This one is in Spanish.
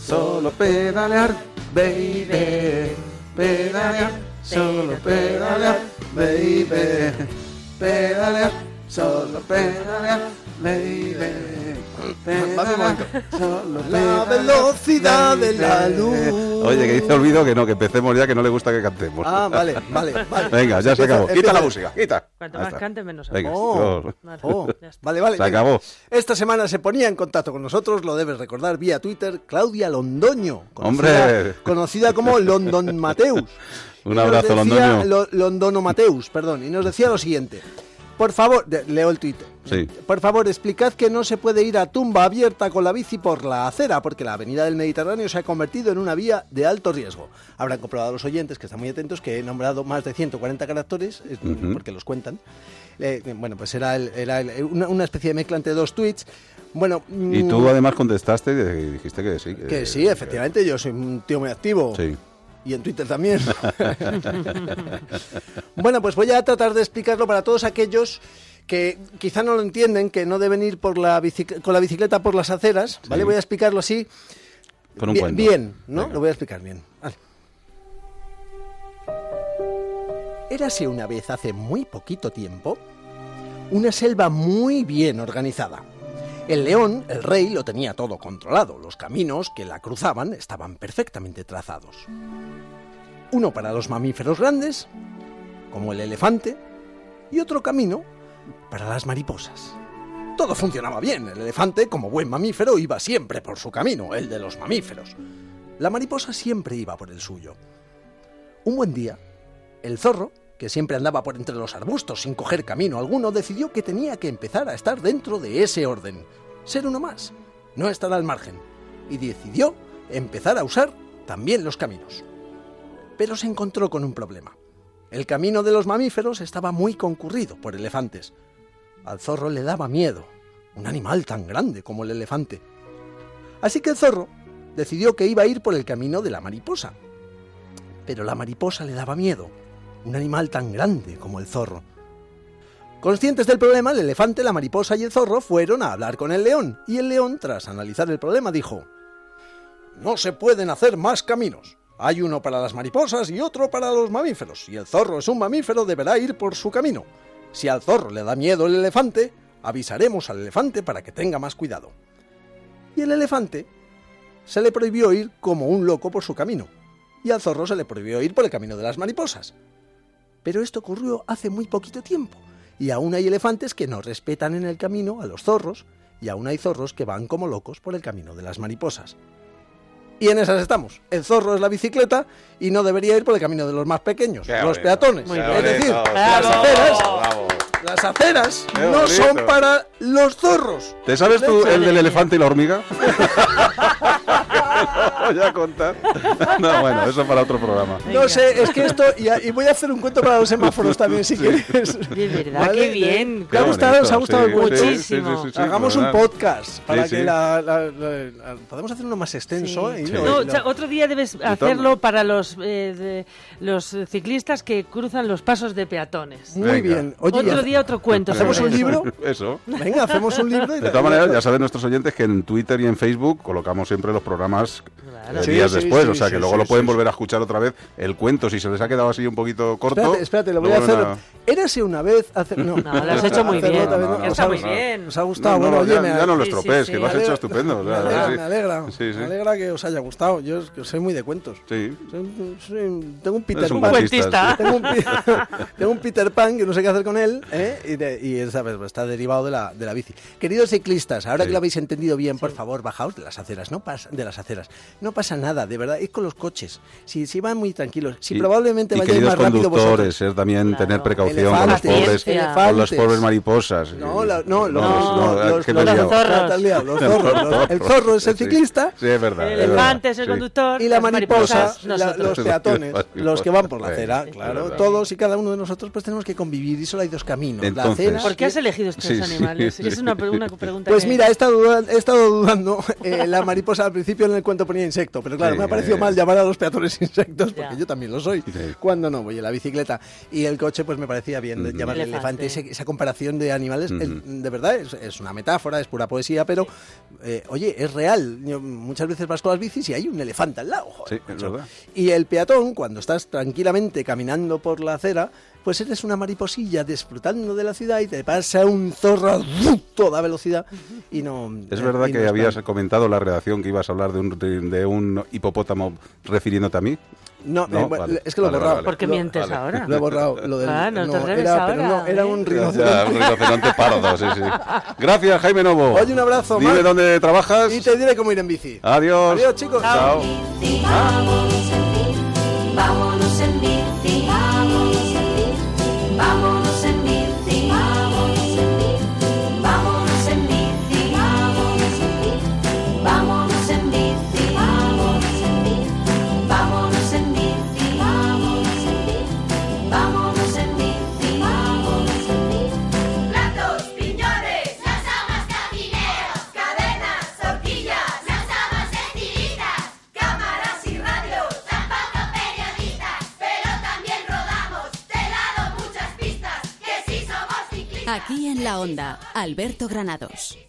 solo pedalear, baby. Pedalear, solo pedalear, baby. Pedalear, solo pedalear, baby. Pedalear, solo La pedalear, velocidad de la luz. Oye, que dice Olvido que no, que empecemos ya, que no le gusta que cantemos. Ah, vale. Venga, ya se acabó. Quita la música, quita. Cuanto Ahí más está. cante, menos Venga. hablo. Vale. Se acabó. Esta semana se ponía en contacto con nosotros, lo debes recordar, vía Twitter, Claudia Londoño, ¡Hombre! conocida como London Mateus. Un abrazo, Londoño. Londono Mateus, perdón, y nos decía lo siguiente. Por favor, leo el Twitter. Sí. Por favor, explicad que no se puede ir a tumba abierta con la bici por la acera, porque la avenida del Mediterráneo se ha convertido en una vía de alto riesgo. Habrán comprobado los oyentes, que están muy atentos, que he nombrado más de 140 caracteres, porque los cuentan. Bueno, pues era una especie de mezcla entre dos tweets. Bueno, Y tú además contestaste y dijiste que sí. que sí, efectivamente, yo soy un tío muy activo. Sí. Y en Twitter también. Bueno, pues voy a tratar de explicarlo para todos aquellos que quizá no lo entienden, que no deben ir con la bicicleta por las aceras, ¿vale? Sí. Voy a explicarlo así. Con un bien, cuento. bien, ¿no? Venga. Lo voy a explicar bien. Vale. Érase una vez, hace muy poquito tiempo, una selva muy bien organizada. El león, el rey, lo tenía todo controlado. Los caminos que la cruzaban estaban perfectamente trazados. Uno para los mamíferos grandes, como el elefante, y otro camino para las mariposas. Todo funcionaba bien. El elefante, como buen mamífero, iba siempre por su camino, el de los mamíferos. La mariposa siempre iba por el suyo. Un buen día, el zorro, que siempre andaba por entre los arbustos sin coger camino alguno, decidió que tenía que empezar a estar dentro de ese orden. Ser uno más, no estar al margen. Y decidió empezar a usar también los caminos. Pero se encontró con un problema. El camino de los mamíferos estaba muy concurrido por elefantes. Al zorro le daba miedo, un animal tan grande como el elefante. Así que el zorro decidió que iba a ir por el camino de la mariposa. Pero la mariposa le daba miedo, un animal tan grande como el zorro. Conscientes del problema, el elefante, la mariposa y el zorro fueron a hablar con el león, y el león, tras analizar el problema, dijo: «No se pueden hacer más caminos. Hay uno para las mariposas y otro para los mamíferos. Si el zorro es un mamífero, deberá ir por su camino. Si al zorro le da miedo el elefante, avisaremos al elefante para que tenga más cuidado». Y el elefante se le prohibió ir como un loco por su camino, y al zorro se le prohibió ir por el camino de las mariposas. Pero esto ocurrió hace muy poquito tiempo, y aún hay elefantes que no respetan en el camino a los zorros, y aún hay zorros que van como locos por el camino de las mariposas. Y en esas estamos. El zorro es la bicicleta y no debería ir por el camino de los más pequeños, Qué los bonito, peatones. Muy Es bien. decir, bonito, las bravo, aceras, bravo. las aceras Qué no bonito. son para los zorros. ¿Te sabes tú el del Madre elefante y la hormiga? No voy a contar. No, bueno, eso para otro programa. Venga. No sé, es que esto... Y voy a hacer un cuento para los semáforos también, si quieres. De verdad, ¿Vale? qué bien. ¿Te ha gustado? ¿Os ha gustado el cuento? Muchísimo. Hagamos un ¿verdad? podcast para Sí, que sí. podemos hacer uno más extenso. Sí. Y Sí. No, o sea, otro día debes hacerlo para los ciclistas que cruzan los pasos de peatones. Muy Venga. bien. Oye, Otro día otro cuento. ¿hacemos sobre un eso. libro? Eso. Venga, hacemos un libro. De todas maneras, ya saben nuestros oyentes que en Twitter y en Facebook colocamos siempre los programas Claro. Sí, días sí, después, sí, o sea sí, que luego sí, lo pueden sí, volver a escuchar otra vez. El cuento, si se les ha quedado así un poquito corto. Espérate, lo voy a hacer. Érase una vez hacer. No, No, lo has hecho muy hacerlo bien. también, No, no, ¿os está ha muy gustado? bien. ¿Os ha gustado? No, Bueno, oye, ya no lo Sí, estropees, sí, que sí. lo has Me hecho alegra- estupendo. o sea, Me sí. alegra, Sí, sí. me alegra que os haya gustado. Yo es que soy muy de cuentos. Sí. Tengo un Peter Eres un Pan. cuentista. Tengo un Peter Pan que no sé qué hacer con él, ¿eh? y ¿sabes? Está derivado de la bici. Queridos ciclistas, ahora Sí. que lo habéis entendido bien, por favor, bajaos de las aceras. No pasa nada, de verdad. Es con los coches. Si van muy tranquilos, si Y- probablemente y vayáis queridos más rápido conductores, vosotros. también Claro. tener precaución con los Elefantes, pobres, elefantes. con las pobres mariposas. No, ¿qué los me he liado? zorros. te has liado, los zorros. El zorro es el Sí. ciclista. Sí, es verdad. El es elefante es verdad, el sí. conductor. Y la las mariposa, mariposas, los nosotros. peatones, los que van por la acera, Sí, claro. es verdad. Todos y cada uno de nosotros pues tenemos que convivir y solo hay dos caminos. Entonces- la acera. ¿Por qué has elegido estos Sí, sí, animales? sí. Es una pregunta Pues que- mira, he estado dudando. La mariposa al principio en el cuento ponía ponía insecto, pero claro, Sí, me ha parecido mal llamar a los peatones insectos, porque Ya. yo también lo soy, Sí. cuando no voy en la bicicleta. Y el coche, pues me parecía bien llamarle elefante. Elefante. Esa comparación de animales, de verdad, es una metáfora, es pura poesía, pero, oye, es real. Muchas veces vas con las bicis y hay un elefante al lado. Joder, Sí, es macho. verdad. Y el peatón, cuando estás tranquilamente caminando por la acera, pues eres una mariposilla disfrutando de la ciudad y te pasa un zorro a toda velocidad y no... Es verdad y que no habías está- comentado en la redacción que ibas a hablar de un hipopótamo refiriéndote a mí. No, No, bueno, vale. es que lo he Vale, borrado. vale, ¿Por qué Lo- mientes vale. ahora? Lo he borrado. Lo del, Ah, no te reves era, ahora, pero no, era un ¿eh? rinoceronte. Ya, un rinoceronte pardo, sí, sí. Gracias, Jaime Novo. Oye, un abrazo, Dime Mar. dónde trabajas. Y te diré cómo ir en bici. Adiós. Adiós, chicos. Chao. Vámonos en bici, vámonos en bici, vámonos en bici, vámonos en bici, vámonos en bici, vámonos en bici, vámonos en bici, vámonos en bici, vámonos en bici, vámonos en bici, vámonos en bici, vámonos en bici. Platos, piñones, lanzamas, cabineros, cadenas, horquillas, lanzamas, estilitas, cámaras y radios, tampoco periodistas, pero también rodamos, te he dado muchas pistas, que sí somos ciclistas. Aquí en la Onda, Alberto Granados.